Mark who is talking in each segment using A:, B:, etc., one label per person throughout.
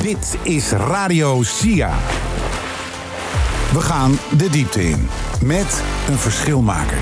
A: Dit is Radio SIA. We gaan de diepte in met een verschilmaker.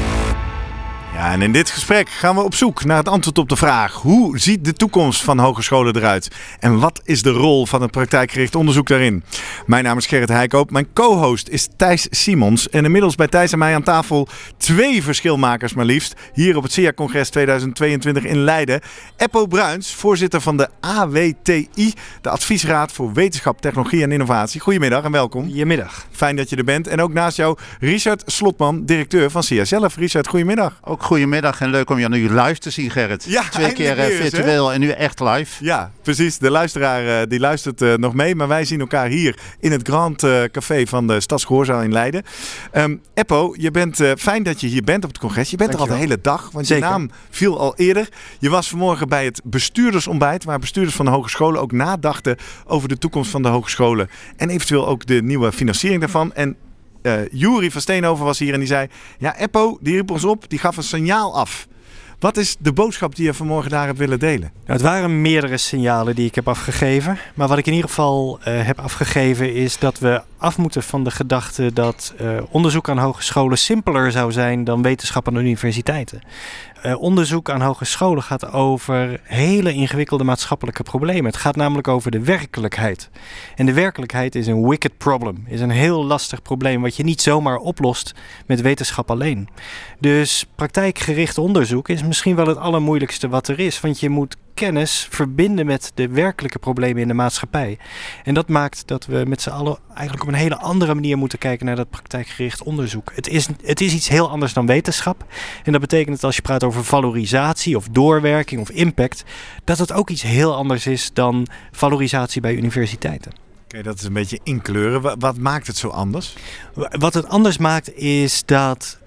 B: Ja, en in dit gesprek gaan we op zoek naar het antwoord op de vraag: hoe ziet de toekomst van hogescholen eruit? En wat is de rol van het praktijkgericht onderzoek daarin? Mijn naam is Gerrit Heikoop. Mijn co-host is Thijs Simons. En inmiddels bij Thijs en mij aan tafel 2 verschilmakers maar liefst. Hier op het SIA-congres 2022 in Leiden. Eppo Bruins, voorzitter van de AWTI, de Adviesraad voor Wetenschap, Technologie en Innovatie. Goedemiddag en welkom.
C: Goedemiddag.
B: Fijn dat je er bent. En ook naast jou Richard Slotman, directeur van SIA zelf. Richard, goedemiddag.
D: Ook goedemiddag en leuk om je nu live te zien, Gerrit.
B: Ja,
D: 2 keer virtueel en nu echt live.
B: Ja, precies. De luisteraar die luistert nog mee. Maar wij zien elkaar hier in het Grand Café van de Stadsgehoorzaal in Leiden. Eppo, je bent fijn dat je hier bent op het congres. Je bent er al de hele dag, want
C: Zeker.
B: Je naam viel al eerder. Je was vanmorgen bij het bestuurdersontbijt, waar bestuurders van de hogescholen ook nadachten over de toekomst van de hogescholen. En eventueel ook de nieuwe financiering daarvan. En Juri van Steenhoven was hier en die zei: ja, Eppo, die riep ons op, die gaf een signaal af. Wat is de boodschap die je vanmorgen daar hebt willen delen?
C: Nou, het waren meerdere signalen die ik heb afgegeven. Maar wat ik in ieder geval heb afgegeven is dat we af moeten van de gedachte dat onderzoek aan hogescholen simpeler zou zijn dan wetenschap aan universiteiten. Onderzoek aan hogescholen gaat over hele ingewikkelde maatschappelijke problemen. Het gaat namelijk over de werkelijkheid. En de werkelijkheid is een wicked problem. Is een heel lastig probleem wat je niet zomaar oplost met wetenschap alleen. Dus praktijkgericht onderzoek is misschien wel het allermoeilijkste wat er is. Want je moet kennis verbinden met de werkelijke problemen in de maatschappij. En dat maakt dat we met z'n allen eigenlijk op een hele andere manier moeten kijken naar dat praktijkgericht onderzoek. Het is iets heel anders dan wetenschap. En dat betekent dat als je praat over valorisatie of doorwerking of impact, dat het ook iets heel anders is dan valorisatie bij universiteiten.
B: Oké, dat is een beetje inkleuren. Wat maakt het zo anders?
C: Wat het anders maakt is dat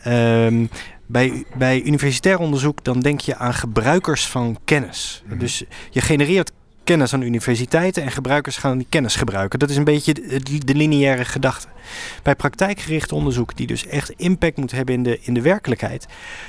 C: bij universitair onderzoek dan denk je aan gebruikers van kennis. Mm-hmm. Dus je genereert kennis aan universiteiten en gebruikers gaan die kennis gebruiken. Dat is een beetje de lineaire gedachte. Bij praktijkgericht onderzoek, die dus echt impact moet hebben in de werkelijkheid,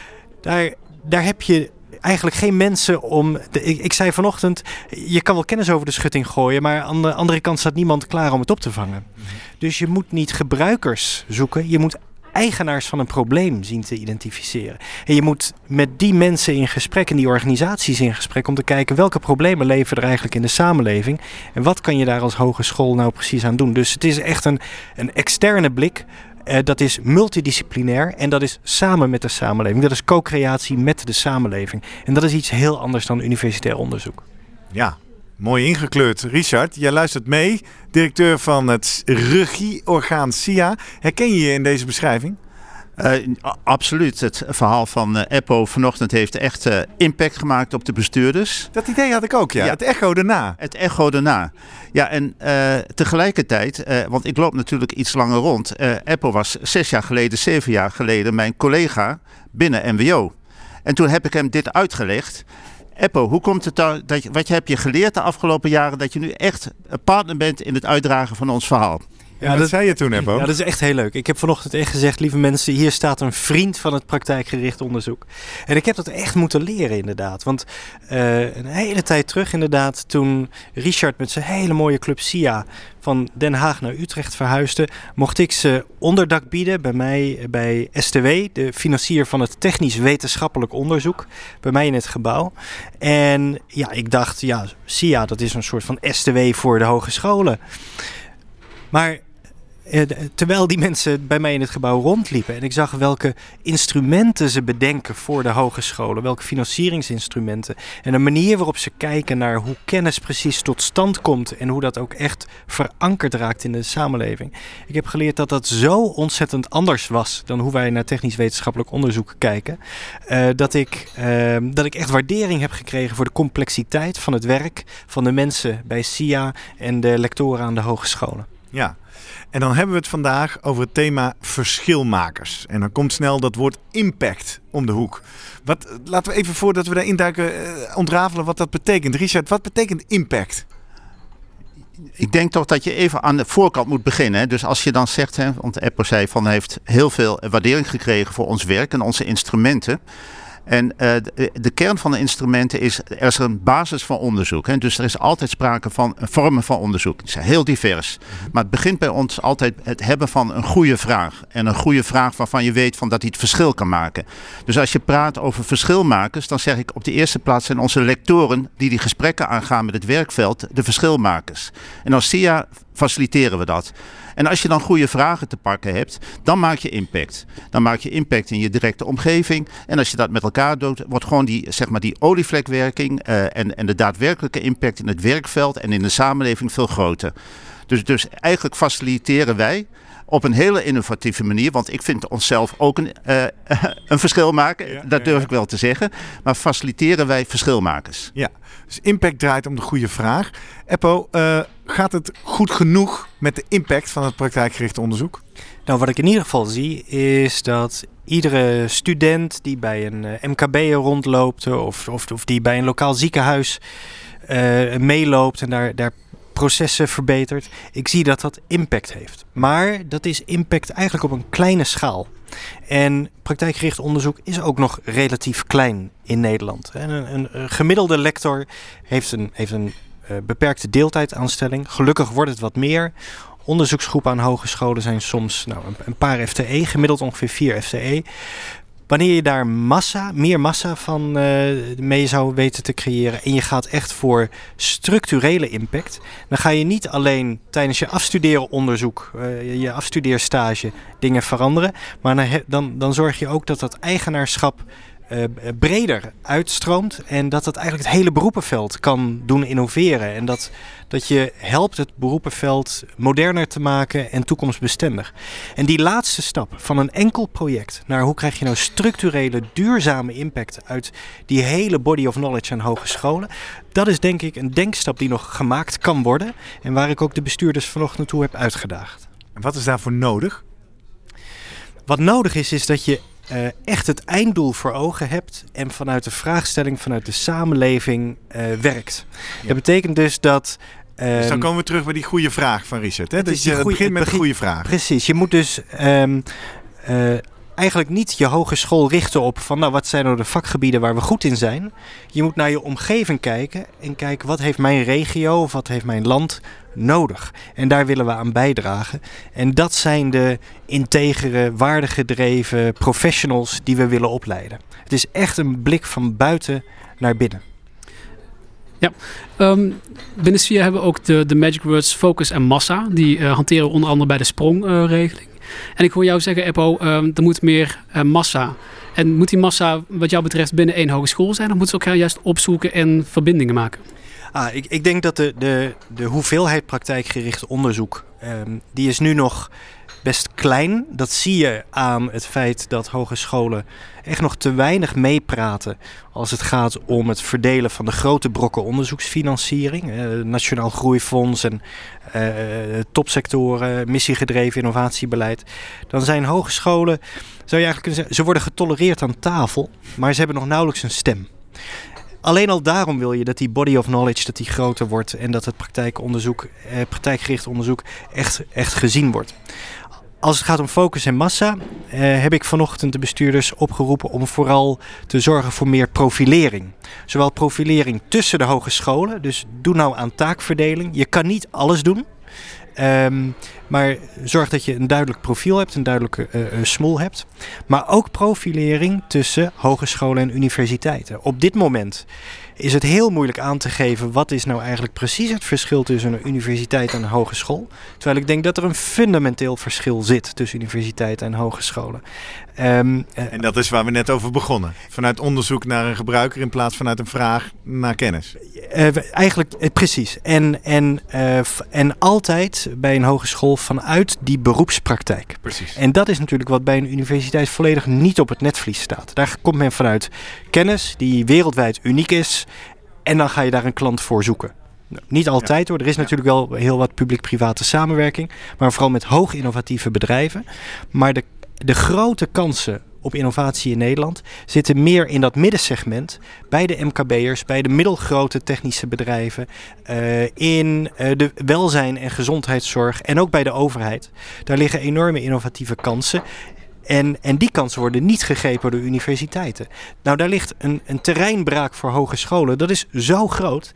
C: daar heb je eigenlijk geen mensen om. Ik zei vanochtend, je kan wel kennis over de schutting gooien, maar aan de andere kant staat niemand klaar om het op te vangen. Mm-hmm. Dus je moet niet gebruikers zoeken, je moet eigenaars van een probleem zien te identificeren. En je moet met die mensen in gesprek en die organisaties in gesprek om te kijken welke problemen leven er eigenlijk in de samenleving en wat kan je daar als hogeschool nou precies aan doen. Dus het is echt een externe blik. Dat is multidisciplinair en dat is samen met de samenleving. Dat is co-creatie met de samenleving. En dat is iets heel anders dan universitair onderzoek.
B: Ja, mooi ingekleurd. Richard, jij luistert mee. Directeur van het regieorgaan SIA. Herken je je in deze beschrijving?
D: Absoluut. Het verhaal van Eppo vanochtend heeft echt impact gemaakt op de bestuurders.
B: Dat idee had ik ook, ja. Het echo daarna.
D: Het echo daarna. Ja, en tegelijkertijd, want ik loop natuurlijk iets langer rond. Eppo was 7 jaar geleden mijn collega binnen MWO. En toen heb ik hem dit uitgelegd. Eppo, hoe komt het wat heb je geleerd de afgelopen jaren dat je nu echt een partner bent in het uitdragen van ons verhaal?
B: Ja, dat zei je toen, Eppo.
C: Ja, dat is echt heel leuk. Ik heb vanochtend echt gezegd, lieve mensen, hier staat een vriend van het praktijkgericht onderzoek. En ik heb dat echt moeten leren inderdaad. Want een hele tijd terug inderdaad, toen Richard met zijn hele mooie club SIA van Den Haag naar Utrecht verhuisde, mocht ik ze onderdak bieden bij mij bij STW, de financier van het technisch wetenschappelijk onderzoek, bij mij in het gebouw. En ja, ik dacht, ja, SIA, dat is een soort van STW voor de hogescholen. Maar terwijl die mensen bij mij in het gebouw rondliepen en ik zag welke instrumenten ze bedenken voor de hogescholen, welke financieringsinstrumenten en de manier waarop ze kijken naar hoe kennis precies tot stand komt en hoe dat ook echt verankerd raakt in de samenleving. Ik heb geleerd dat dat zo ontzettend anders was dan hoe wij naar technisch wetenschappelijk onderzoek kijken, dat ik echt waardering heb gekregen voor de complexiteit van het werk van de mensen bij SIA en de lectoren aan de hogescholen.
B: Ja. En dan hebben we het vandaag over het thema verschilmakers. En dan komt snel dat woord impact om de hoek. Laten we even voordat we daar induiken ontrafelen wat dat betekent. Richard, wat betekent impact?
D: Ik denk toch dat je even aan de voorkant moet beginnen. Hè? Dus als je dan zegt, want Eppo zei van hij heeft heel veel waardering gekregen voor ons werk en onze instrumenten. En de kern van de instrumenten is, er is een basis van onderzoek. Hè? Dus er is altijd sprake van vormen van onderzoek. Het is heel divers. Maar het begint bij ons altijd het hebben van een goede vraag. En een goede vraag waarvan je weet dat die het verschil kan maken. Dus als je praat over verschilmakers, dan zeg ik op de eerste plaats zijn onze lectoren die gesprekken aangaan met het werkveld de verschilmakers. En als SIA faciliteren we dat. En als je dan goede vragen te pakken hebt, dan maak je impact. Dan maak je impact in je directe omgeving. En als je dat met elkaar doet, wordt gewoon die olievlekwerking en de daadwerkelijke impact in het werkveld en in de samenleving veel groter. Dus eigenlijk faciliteren wij op een hele innovatieve manier, want ik vind onszelf ook een verschil maken, dat durf ik wel te zeggen. Maar faciliteren wij verschilmakers.
B: Ja, dus impact draait om de goede vraag. Eppo, gaat het goed genoeg met de impact van het praktijkgericht onderzoek?
C: Nou, wat ik in ieder geval zie is dat iedere student die bij een MKB'er rondloopt of die bij een lokaal ziekenhuis meeloopt en daar processen verbetert. Ik zie dat dat impact heeft. Maar dat is impact eigenlijk op een kleine schaal. En praktijkgericht onderzoek is ook nog relatief klein in Nederland. En een gemiddelde lector heeft een beperkte deeltijdaanstelling. Gelukkig wordt het wat meer. Onderzoeksgroepen aan hogescholen zijn soms een paar FTE, gemiddeld ongeveer 4 FTE. Wanneer je daar meer massa van mee zou weten te creëren en je gaat echt voor structurele impact, dan ga je niet alleen tijdens je afstudeeronderzoek, je afstudeerstage dingen veranderen, maar dan zorg je ook dat eigenaarschap breder uitstroomt en dat eigenlijk het hele beroepenveld kan doen innoveren. En dat je helpt het beroepenveld moderner te maken en toekomstbestendig. En die laatste stap van een enkel project naar hoe krijg je nou structurele, duurzame impact uit die hele body of knowledge aan hogescholen. Dat is denk ik een denkstap die nog gemaakt kan worden en waar ik ook de bestuurders vanochtend toe heb uitgedaagd.
B: En wat is daarvoor nodig?
C: Wat nodig is dat je echt het einddoel voor ogen hebt en vanuit de vraagstelling, vanuit de samenleving werkt. Ja. Dat betekent dus dat
B: dus dan komen we terug bij die goede vraag van Richard. Hè? Dus je begint met een goede vraag.
C: Precies. Je moet dus eigenlijk niet je hogeschool richten op van wat zijn nou de vakgebieden waar we goed in zijn. Je moet naar je omgeving kijken en kijken wat heeft mijn regio of wat heeft mijn land nodig. En daar willen we aan bijdragen. En dat zijn de integere, waardegedreven professionals die we willen opleiden. Het is echt een blik van buiten naar binnen.
E: Ja, binnen SIA hebben we ook de magic words focus en massa. Die hanteren we onder andere bij de sprongregeling. En ik hoor jou zeggen, Eppo, er moet meer massa. En moet die massa wat jou betreft binnen één hogeschool zijn? Of moeten ze elkaar juist opzoeken en verbindingen maken?
C: Ik denk dat de hoeveelheid praktijkgericht onderzoek, die is nu nog best klein. Dat zie je aan het feit dat hogescholen echt nog te weinig meepraten als het gaat om het verdelen van de grote brokken onderzoeksfinanciering. Nationaal Groeifonds en topsectoren, missiegedreven innovatiebeleid. Dan zijn hogescholen, zou je eigenlijk kunnen zeggen, ze worden getolereerd aan tafel, maar ze hebben nog nauwelijks een stem. Alleen al daarom wil je dat die body of knowledge dat die groter wordt en dat het praktijkgericht onderzoek echt gezien wordt. Als het gaat om focus en massa, heb ik vanochtend de bestuurders opgeroepen om vooral te zorgen voor meer profilering. Zowel profilering tussen de hogescholen, dus doe nou aan taakverdeling. Je kan niet alles doen, maar zorg dat je een duidelijk profiel hebt, een duidelijke smoel hebt. Maar ook profilering tussen hogescholen en universiteiten. Op dit moment is het heel moeilijk aan te geven wat is nou eigenlijk precies het verschil tussen een universiteit en een hogeschool. Terwijl ik denk dat er een fundamenteel verschil zit tussen universiteiten en hogescholen.
B: En dat is waar we net over begonnen. Vanuit onderzoek naar een gebruiker in plaats vanuit een vraag naar kennis.
C: Eigenlijk precies. En altijd bij een hogeschool vanuit die beroepspraktijk.
B: Precies.
C: En dat is natuurlijk wat bij een universiteit volledig niet op het netvlies staat. Daar komt men vanuit kennis die wereldwijd uniek is. En dan ga je daar een klant voor zoeken. Niet altijd hoor. Er is natuurlijk wel heel wat publiek-private samenwerking. Maar vooral met hoog innovatieve bedrijven. Maar de grote kansen op innovatie in Nederland zitten meer in dat middensegment, bij de MKB'ers, bij de middelgrote technische bedrijven, in de welzijn en gezondheidszorg en ook bij de overheid. Daar liggen enorme innovatieve kansen. En die kansen worden niet gegeven door universiteiten. Nou, daar ligt een terreinbraak voor hogescholen. Dat is zo groot.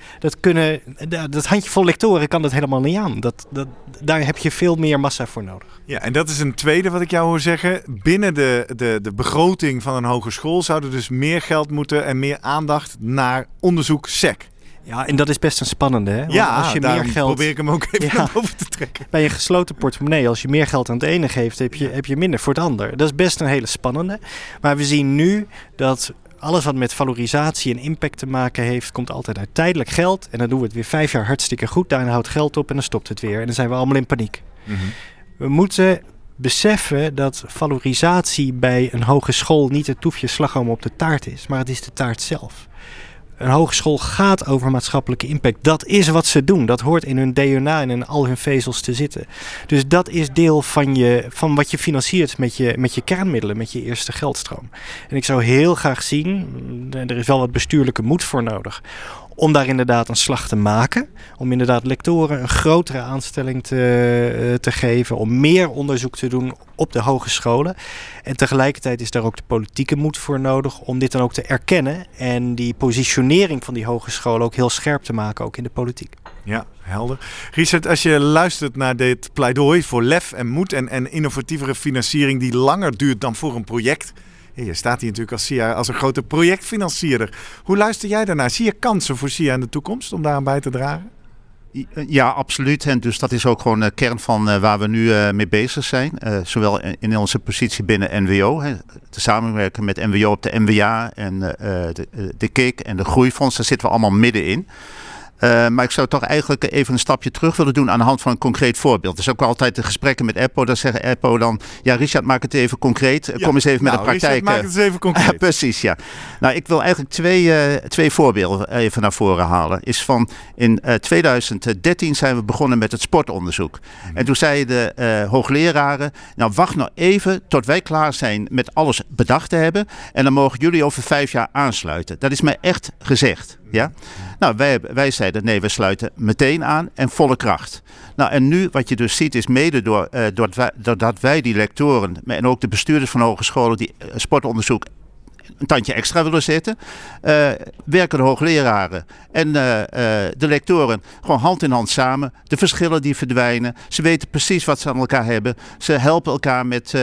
C: Dat handjevol lectoren kan dat helemaal niet aan. Daar heb je veel meer massa voor nodig.
B: Ja, en dat is een tweede wat ik jou hoor zeggen. Binnen de begroting van een hogeschool zou er dus meer geld moeten en meer aandacht naar onderzoek SEC.
C: Ja, en dat is best een spannende. Hè? Want
B: Ja,
C: als je
B: daarom
C: meer geld,
B: probeer ik hem ook even naar boven te trekken.
C: bij een gesloten portemonnee, als je meer geld aan het ene geeft, heb je minder voor het ander. Dat is best een hele spannende. Maar we zien nu dat alles wat met valorisatie en impact te maken heeft, komt altijd uit tijdelijk geld. En dan doen we het weer 5 jaar hartstikke goed. Daarna houdt geld op en dan stopt het weer. En dan zijn we allemaal in paniek. Mm-hmm. We moeten beseffen dat valorisatie bij een hogeschool niet het toefje slagroom op de taart is, maar het is de taart zelf. Een hogeschool gaat over maatschappelijke impact. Dat is wat ze doen. Dat hoort in hun DNA en in al hun vezels te zitten. Dus dat is deel van wat je financiert met je kernmiddelen, met je eerste geldstroom. En ik zou heel graag zien, er is wel wat bestuurlijke moed voor nodig, om daar inderdaad een slag te maken. Om inderdaad lectoren een grotere aanstelling te geven. Om meer onderzoek te doen op de hogescholen. En tegelijkertijd is daar ook de politieke moed voor nodig om dit dan ook te erkennen. En die positionering van die hogescholen ook heel scherp te maken, ook in de politiek.
B: Ja, helder. Richard, als je luistert naar dit pleidooi voor lef en moed en innovatievere financiering die langer duurt dan voor een project. Je staat hier natuurlijk als SIA als een grote projectfinancierder. Hoe luister jij daarnaar? Zie je kansen voor SIA in de toekomst om daaraan bij te dragen?
D: Ja, absoluut. En dus dat is ook gewoon de kern van waar we nu mee bezig zijn. Zowel in onze positie binnen NWO. Te samenwerken met NWO op de NWA en de KIK en de Groeifonds. Daar zitten we allemaal middenin. Maar ik zou toch eigenlijk even een stapje terug willen doen aan de hand van een concreet voorbeeld. Dus ook altijd de gesprekken met EPO. Dan zeggen EPO dan, ja Richard, maak het even concreet. Kom eens even met de praktijk.
B: Richard, maak het eens even concreet.
D: Precies, ja. Nou, ik wil eigenlijk twee voorbeelden even naar voren halen. Is van in 2013 zijn we begonnen met het sportonderzoek. En toen zeiden de hoogleraren, nou wacht nou even tot wij klaar zijn met alles bedacht te hebben. En dan mogen jullie over 5 jaar aansluiten. Dat is mij echt gezegd. Ja? Nou, wij zeiden nee, we sluiten meteen aan en volle kracht. Nou, en nu wat je dus ziet is mede doordat wij die lectoren en ook de bestuurders van hogescholen die sportonderzoek een tandje extra willen zetten, werken de hoogleraren en de lectoren gewoon hand in hand samen. De verschillen die verdwijnen. Ze weten precies wat ze aan elkaar hebben. Ze helpen elkaar met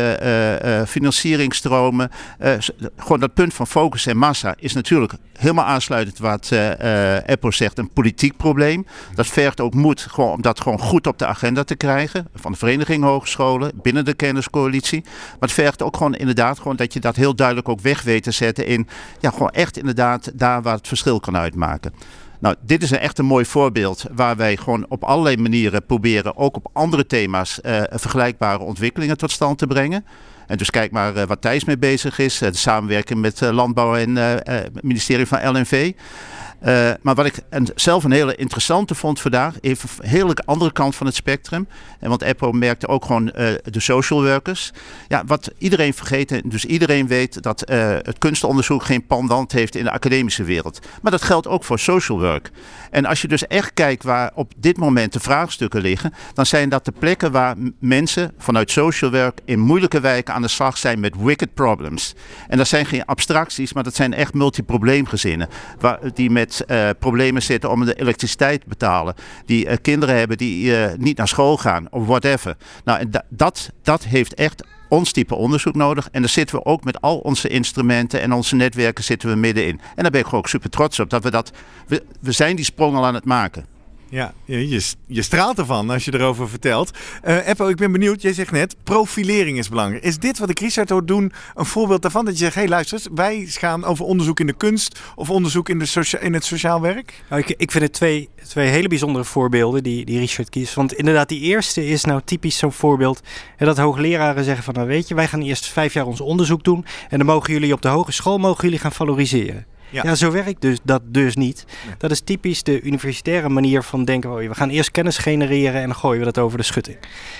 D: financieringsstromen. Gewoon dat punt van focus en massa is natuurlijk helemaal aansluitend wat EPO zegt, een politiek probleem. Dat vergt ook moed om dat gewoon goed op de agenda te krijgen. Van de Vereniging Hogescholen, binnen de kenniscoalitie. Maar het vergt ook gewoon inderdaad gewoon dat je dat heel duidelijk ook weg weet te zetten in, ja, gewoon echt inderdaad daar waar het verschil kan uitmaken. Nou, dit is echt een mooi voorbeeld waar wij gewoon op allerlei manieren proberen ook op andere thema's vergelijkbare ontwikkelingen tot stand te brengen. En dus kijk maar wat Thijs mee bezig is, de samenwerking met Landbouw en het ministerie van LNV. Maar wat ik zelf een hele interessante vond vandaag, even een hele andere kant van het spectrum. Want EPO merkte ook gewoon de social workers. Ja, wat iedereen vergeet, dus iedereen weet dat het kunstonderzoek geen pendant heeft in de academische wereld. Maar dat geldt ook voor social work. En als je dus echt kijkt waar op dit moment de vraagstukken liggen, dan zijn dat de plekken waar mensen vanuit social work in moeilijke wijken aan de slag zijn met wicked problems. En dat zijn geen abstracties, maar dat zijn echt multiprobleemgezinnen die met problemen zitten om de elektriciteit te betalen. Die kinderen hebben die niet naar school gaan of whatever. Nou, en dat heeft echt ons type onderzoek nodig. En daar zitten we ook met al onze instrumenten en onze netwerken zitten we middenin. En daar ben ik gewoon ook super trots op. We zijn die sprong al aan het maken.
B: Ja, je straalt ervan als je erover vertelt. Eppo, ik ben benieuwd. Jij zegt net, profilering is belangrijk. Is dit wat ik Richard hoor doen een voorbeeld daarvan? Dat je zegt, hey luister, wij gaan over onderzoek in de kunst of onderzoek in het sociaal werk?
C: Nou, ik vind het twee hele bijzondere voorbeelden die Richard kiest. Want inderdaad, die eerste is nou typisch zo'n voorbeeld. Dat hoogleraren zeggen van, nou weet je, wij gaan eerst 5 jaar ons onderzoek doen. En dan mogen jullie op de hogeschool gaan valoriseren. Ja, zo werkt dat dus niet. Nee. Dat is typisch de universitaire manier van denken. We gaan eerst kennis genereren en dan gooien we dat over de schutting.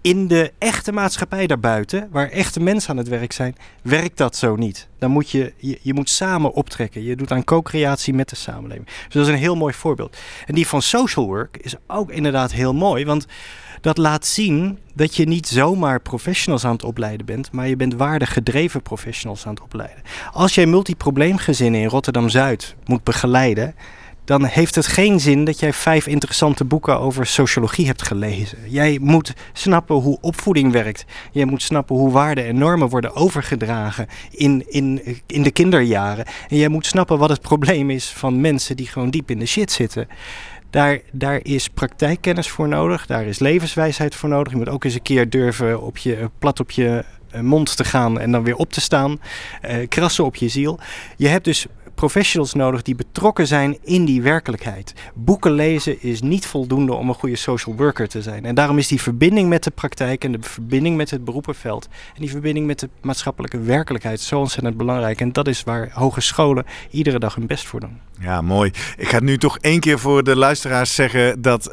C: In de echte maatschappij daarbuiten, waar echte mensen aan het werk zijn, werkt dat zo niet. Dan moet je moet samen optrekken. Je doet aan co-creatie met de samenleving. Dus dat is een heel mooi voorbeeld. En die van social work is ook inderdaad heel mooi, want dat laat zien dat je niet zomaar professionals aan het opleiden bent, maar je bent waardegedreven professionals aan het opleiden. Als jij multiprobleemgezinnen in Rotterdam-Zuid moet begeleiden, dan heeft het geen zin dat jij 5 interessante boeken over sociologie hebt gelezen. Jij moet snappen hoe opvoeding werkt. Jij moet snappen hoe waarden en normen worden overgedragen in de kinderjaren. En jij moet snappen wat het probleem is van mensen die gewoon diep in de shit zitten. Daar is praktijkkennis voor nodig, daar is levenswijsheid voor nodig. Je moet ook eens een keer durven plat op je mond te gaan en dan weer op te staan. Krassen op je ziel. Je hebt dus professionals nodig die betrokken zijn in die werkelijkheid. Boeken lezen is niet voldoende om een goede social worker te zijn. En daarom is die verbinding met de praktijk en de verbinding met het beroepenveld en die verbinding met de maatschappelijke werkelijkheid zo ontzettend belangrijk. En dat is waar hogescholen iedere dag hun best voor doen.
B: Ja, mooi. Ik ga nu toch 1 keer voor de luisteraars zeggen dat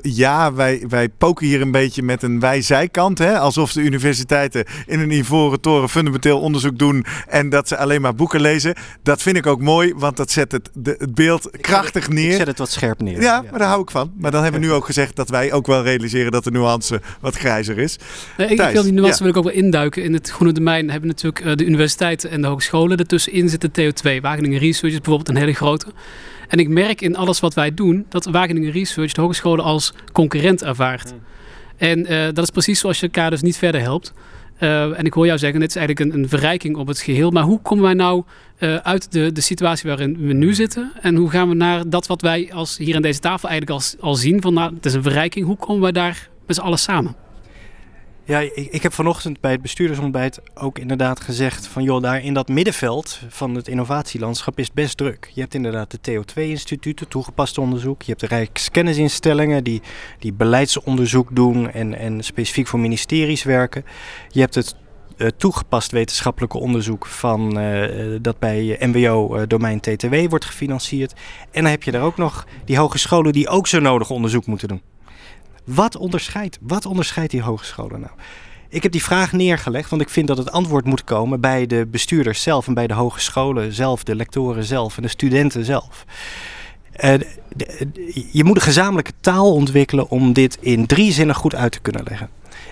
B: wij poken hier een beetje met een wij-zij-kant. Hè? Alsof de universiteiten in een ivoren toren fundamenteel onderzoek doen en dat ze alleen maar boeken lezen. Dat vind ik ook mooi, want dat zet het beeld krachtig neer.
C: Ik zet het wat scherp neer.
B: Ja, maar daar hou ik van. Maar dan hebben we nu ook gezegd dat wij ook wel realiseren dat de nuance wat grijzer is.
E: Ik wil die nuance wil ik ook wel induiken. In het groene domein hebben natuurlijk de universiteiten en de hogescholen. Ertussenin zit de TO2. Wageningen Research is bijvoorbeeld een hele grote. En ik merk in alles wat wij doen dat Wageningen Research de hogescholen als concurrent ervaart. En dat is precies zoals je elkaar dus niet verder helpt. En ik hoor jou zeggen, dit is eigenlijk een verrijking op het geheel. Maar hoe komen wij nou uit de situatie waarin we nu zitten? En hoe gaan we naar dat wat wij als hier aan deze tafel eigenlijk al zien? Van, nou, het is een verrijking. Hoe komen wij daar met z'n allen samen?
C: Ja, ik heb vanochtend bij het bestuurdersontbijt ook inderdaad gezegd van joh, daar in dat middenveld van het innovatielandschap is het best druk. Je hebt inderdaad de TO2-instituten, toegepast onderzoek. Je hebt de Rijkskennisinstellingen die beleidsonderzoek doen en specifiek voor ministeries werken. Je hebt het toegepast wetenschappelijke onderzoek van dat bij MWO domein TTW wordt gefinancierd. En dan heb je daar ook nog die hogescholen die ook zo nodig onderzoek moeten doen. Wat onderscheidt die hogescholen nou? Ik heb die vraag neergelegd, want ik vind dat het antwoord moet komen bij de bestuurders zelf en bij de hogescholen zelf, de lectoren zelf en de studenten zelf. Je moet een gezamenlijke taal ontwikkelen om dit in 3 zinnen goed uit te kunnen leggen.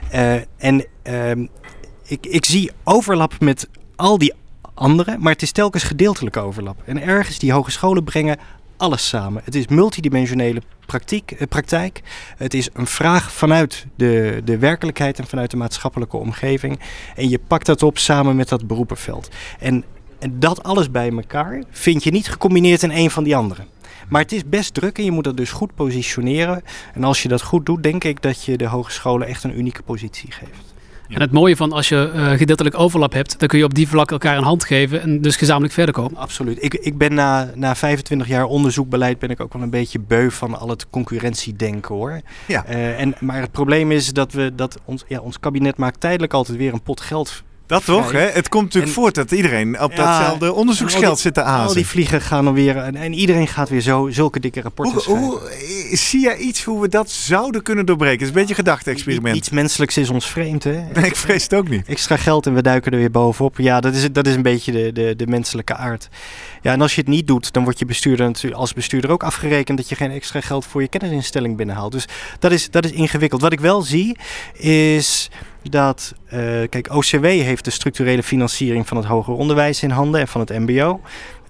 C: Ik zie overlap met al die anderen, maar het is telkens gedeeltelijke overlap. En ergens die hogescholen brengen alles samen. Het is multidimensionele praktijk. Het is een vraag vanuit de werkelijkheid en vanuit de maatschappelijke omgeving. En je pakt dat op samen met dat beroepenveld. En dat alles bij elkaar vind je niet gecombineerd in een van die anderen. Maar het is best druk en je moet dat dus goed positioneren. En als je dat goed doet, denk ik dat je de hogescholen echt een unieke positie geeft.
E: En het mooie van als je gedeeltelijk overlap hebt, dan kun je op die vlak elkaar een hand geven en dus gezamenlijk verder komen.
C: Absoluut. Ik ben na 25 jaar onderzoekbeleid ben ik ook wel een beetje beu van al het concurrentiedenken hoor. Ja. Maar het probleem is dat ons kabinet maakt tijdelijk altijd weer een pot geld.
B: Dat toch, hè? Het komt natuurlijk voort dat iedereen op datzelfde onderzoeksgeld zit te azen.
C: Al die vliegen gaan dan weer en iedereen gaat weer zulke dikke rapporten schrijven.
B: Zie jij iets hoe we dat zouden kunnen doorbreken? Het is een beetje een gedachte-experiment.
C: Iets menselijks is ons vreemd, hè?
B: Nee, ik vrees het ook niet.
C: Extra geld en we duiken er weer bovenop. Ja, dat is een beetje de menselijke aard. Ja, en als je het niet doet, dan word je als bestuurder ook afgerekend dat je geen extra geld voor je kennisinstelling binnenhaalt. Dus dat is ingewikkeld. Wat ik wel zie is dat, OCW heeft de structurele financiering van het hoger onderwijs in handen en van het mbo.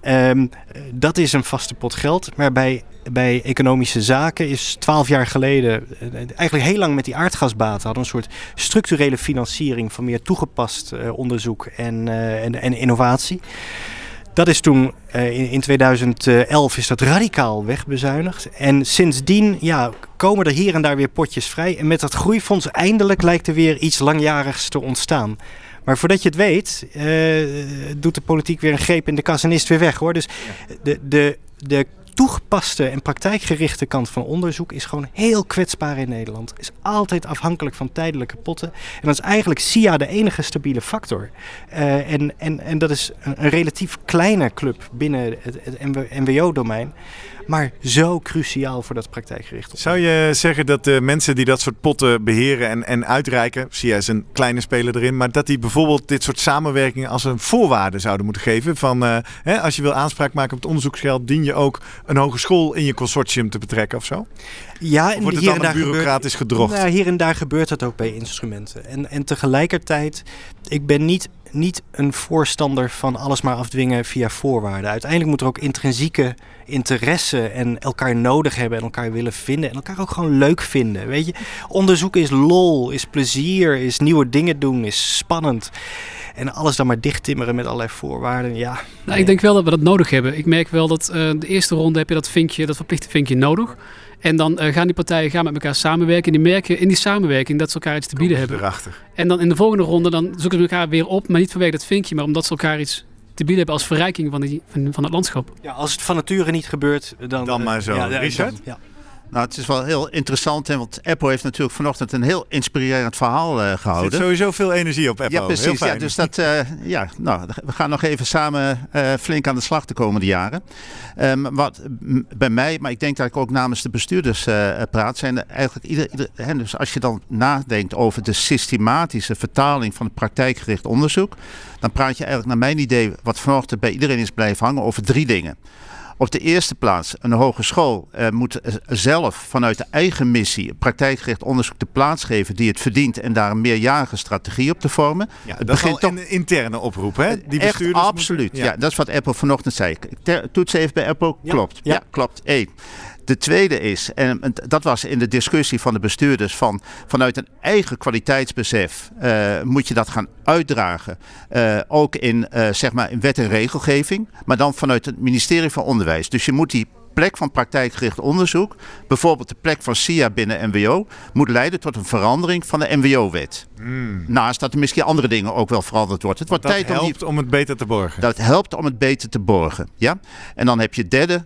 C: Dat is een vaste pot geld, maar bij economische zaken is 12 jaar geleden, eigenlijk heel lang met die aardgasbaten, hadden een soort structurele financiering van meer toegepast onderzoek en innovatie. Dat is toen, in 2011 is dat radicaal wegbezuinigd. En sindsdien komen er hier en daar weer potjes vrij. En met dat groeifonds eindelijk lijkt er weer iets langjarigs te ontstaan. Maar voordat je het weet, doet de politiek weer een greep in de kas en is het weer weg hoor. Dus de toegepaste en praktijkgerichte kant van onderzoek is gewoon heel kwetsbaar in Nederland. Is altijd afhankelijk van tijdelijke potten. En dat is eigenlijk SIA de enige stabiele factor. En dat is een relatief kleine club binnen het MWO-domein. maar zo cruciaal voor dat praktijkgericht.
B: Zou je zeggen dat de mensen die dat soort potten beheren en uitreiken, SIA is een kleine speler erin, maar dat die bijvoorbeeld dit soort samenwerkingen als een voorwaarde zouden moeten geven? Van als je wil aanspraak maken op het onderzoeksgeld, dien je ook een hogeschool in je consortium te betrekken of zo?
C: Ja,
B: Of wordt het dan een bureaucratisch gedrocht?
C: Nou, hier en daar gebeurt dat ook bij instrumenten. En tegelijkertijd, ik ben niet een voorstander van alles maar afdwingen via voorwaarden. Uiteindelijk moet er ook intrinsieke interesse en elkaar nodig hebben en elkaar willen vinden en elkaar ook gewoon leuk vinden. Weet je, onderzoek is lol, is plezier, is nieuwe dingen doen, is spannend. En alles dan maar dichttimmeren met allerlei voorwaarden, ja.
E: Nou, ik denk wel dat we dat nodig hebben. Ik merk wel dat de eerste ronde heb je dat verplichte vinkje nodig. En dan gaan die partijen met elkaar samenwerken. En die merken in die samenwerking dat ze elkaar iets te bieden hebben.
B: Erachter.
E: En dan in de volgende ronde dan zoeken ze elkaar weer op. Maar niet vanwege dat vinkje, maar omdat ze elkaar iets te bieden hebben als verrijking van het landschap.
C: Ja, als het van nature niet gebeurt, dan
B: maar zo. Richard?
C: Ja.
D: Nou, het is wel heel interessant, want Eppo heeft natuurlijk vanochtend een heel inspirerend verhaal gehouden.
B: Er zit sowieso veel energie op Eppo.
D: Ja, precies. Ja, dus dat, we gaan nog even samen flink aan de slag de komende jaren. Wat bij mij, maar ik denk dat ik ook namens de bestuurders praat, zijn er eigenlijk dus als je dan nadenkt over de systematische vertaling van het praktijkgericht onderzoek, dan praat je eigenlijk naar mijn idee, wat vanochtend bij iedereen is blijven hangen, over 3 dingen. Op de eerste plaats, een hogeschool moet zelf vanuit de eigen missie praktijkgericht onderzoek de plaats geven die het verdient en daar een meerjarige strategie op te vormen.
B: Ja, dat is al een interne oproep, hè? Die bestuurders
D: echt, absoluut. Ja, dat is wat Eppo vanochtend zei. Toets even bij Eppo. Klopt. Ja, klopt. 1. De tweede is, en dat was in de discussie van de bestuurders, vanuit een eigen kwaliteitsbesef moet je dat gaan uitdragen. Ook in wet en regelgeving, maar dan vanuit het ministerie van Onderwijs. Dus je moet die plek van praktijkgericht onderzoek, bijvoorbeeld de plek van SIA binnen MWO, moet leiden tot een verandering van de MWO-wet. Naast dat er misschien andere dingen ook wel veranderd wordt. Het wordt
B: dat
D: tijd
B: helpt om het beter te borgen.
D: Dat helpt om het beter te borgen. Ja? En dan heb je derde.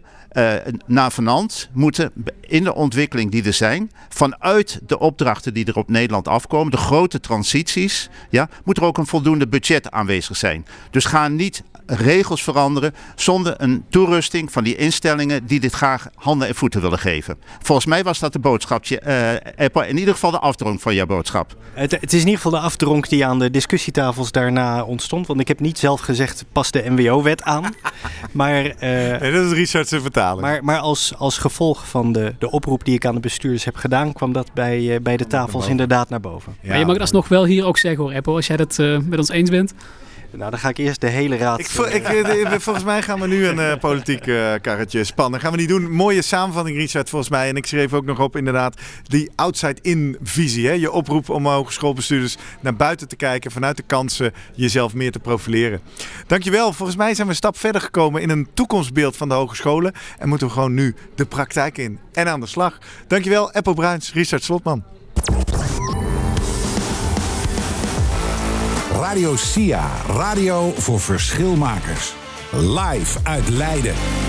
D: Navenant moeten in de ontwikkeling die er zijn, vanuit de opdrachten die er op Nederland afkomen, de grote transities, moet er ook een voldoende budget aanwezig zijn. Dus ga niet regels veranderen zonder een toerusting van die instellingen die dit graag handen en voeten willen geven. Volgens mij was dat de boodschapje, in ieder geval de afdronk van jouw boodschap.
C: Het is in ieder geval de afdronk die aan de discussietafels daarna ontstond, want ik heb niet zelf gezegd, pas de MWO-wet aan. Maar,
B: nee, dat is Richard zijn vertaling.
C: Maar als gevolg van de oproep die ik aan de bestuurders heb gedaan, kwam dat bij de tafels inderdaad naar boven.
E: Ja, maar je mag het alsnog wel hier ook zeggen hoor, Eppo, als jij dat met ons eens bent.
C: Nou, dan ga ik eerst de hele raad...
B: Volgens mij gaan we nu een politiek karretje spannen. Gaan we niet doen. Mooie samenvatting, Richard, volgens mij. En ik schreef ook nog op inderdaad die outside-in visie. Hè? Je oproep om hogeschoolbestuurders naar buiten te kijken. Vanuit de kansen jezelf meer te profileren. Dankjewel. Volgens mij zijn we een stap verder gekomen in een toekomstbeeld van de hogescholen. En moeten we gewoon nu de praktijk in en aan de slag. Dankjewel, Eppo Bruins, Richard Slotman.
A: Radio SIA, radio voor verschilmakers. Live uit Leiden.